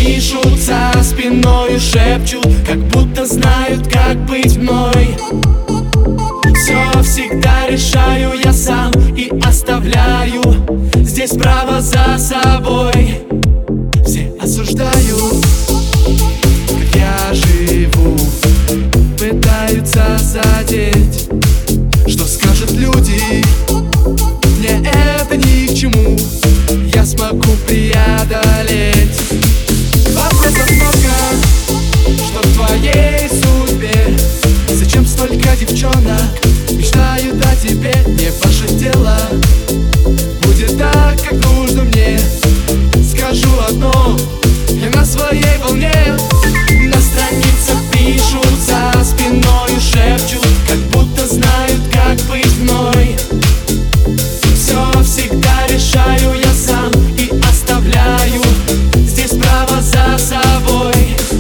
пишут за спиною, шепчут, как будто знают, как быть мной. Все всегда решаю я сам и оставляю здесь право за собой. Все осуждают, как я живу, пытаются задеть. Что скажут люди? Мне это ни к чему, я смогу преодолеть. Вопросов много, что в твоей судьбе? Зачем столько девчонок мечтают о тебе? Не ваше дело, будет так, как нужно мне. Скажу одно, я на своей волне. На страницах пишут за спиною, шепчут, как будто знают, как быть мной. Все всегда решаю я сам и оставляю здесь право за собой.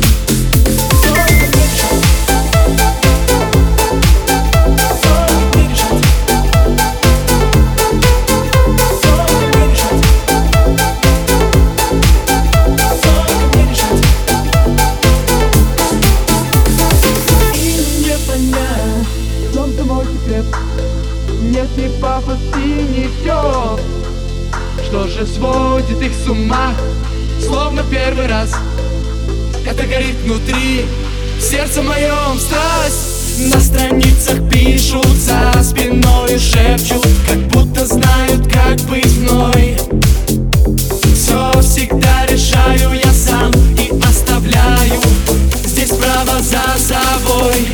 Нет ни пафос и ни все, что же сводит их с ума, словно первый раз. Это горит внутри, в сердце моем страсть. На страницах пишут за спиной, шепчут, как будто знают, как быть мной. Все всегда решаю я сам и оставляю здесь право за собой.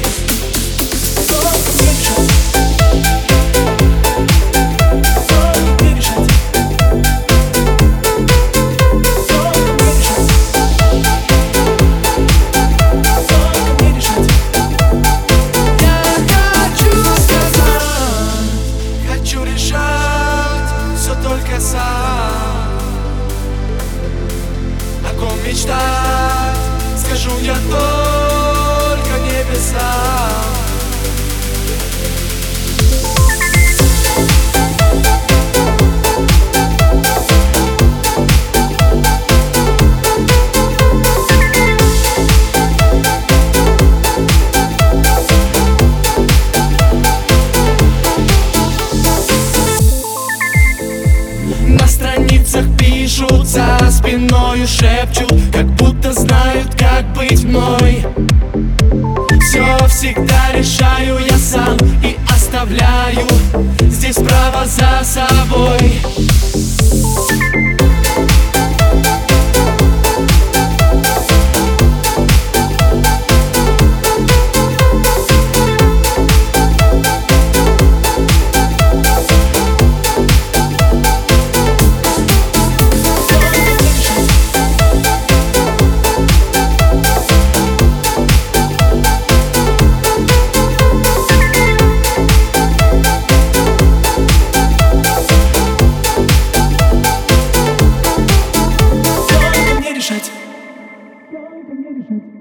О ком мечтать, скажу я только небесам. На страницах пишут за спиною, шепчут, как будто знают, как быть мной. Все всегда решаю я сам и оставляю здесь право за собой. Только мне решать.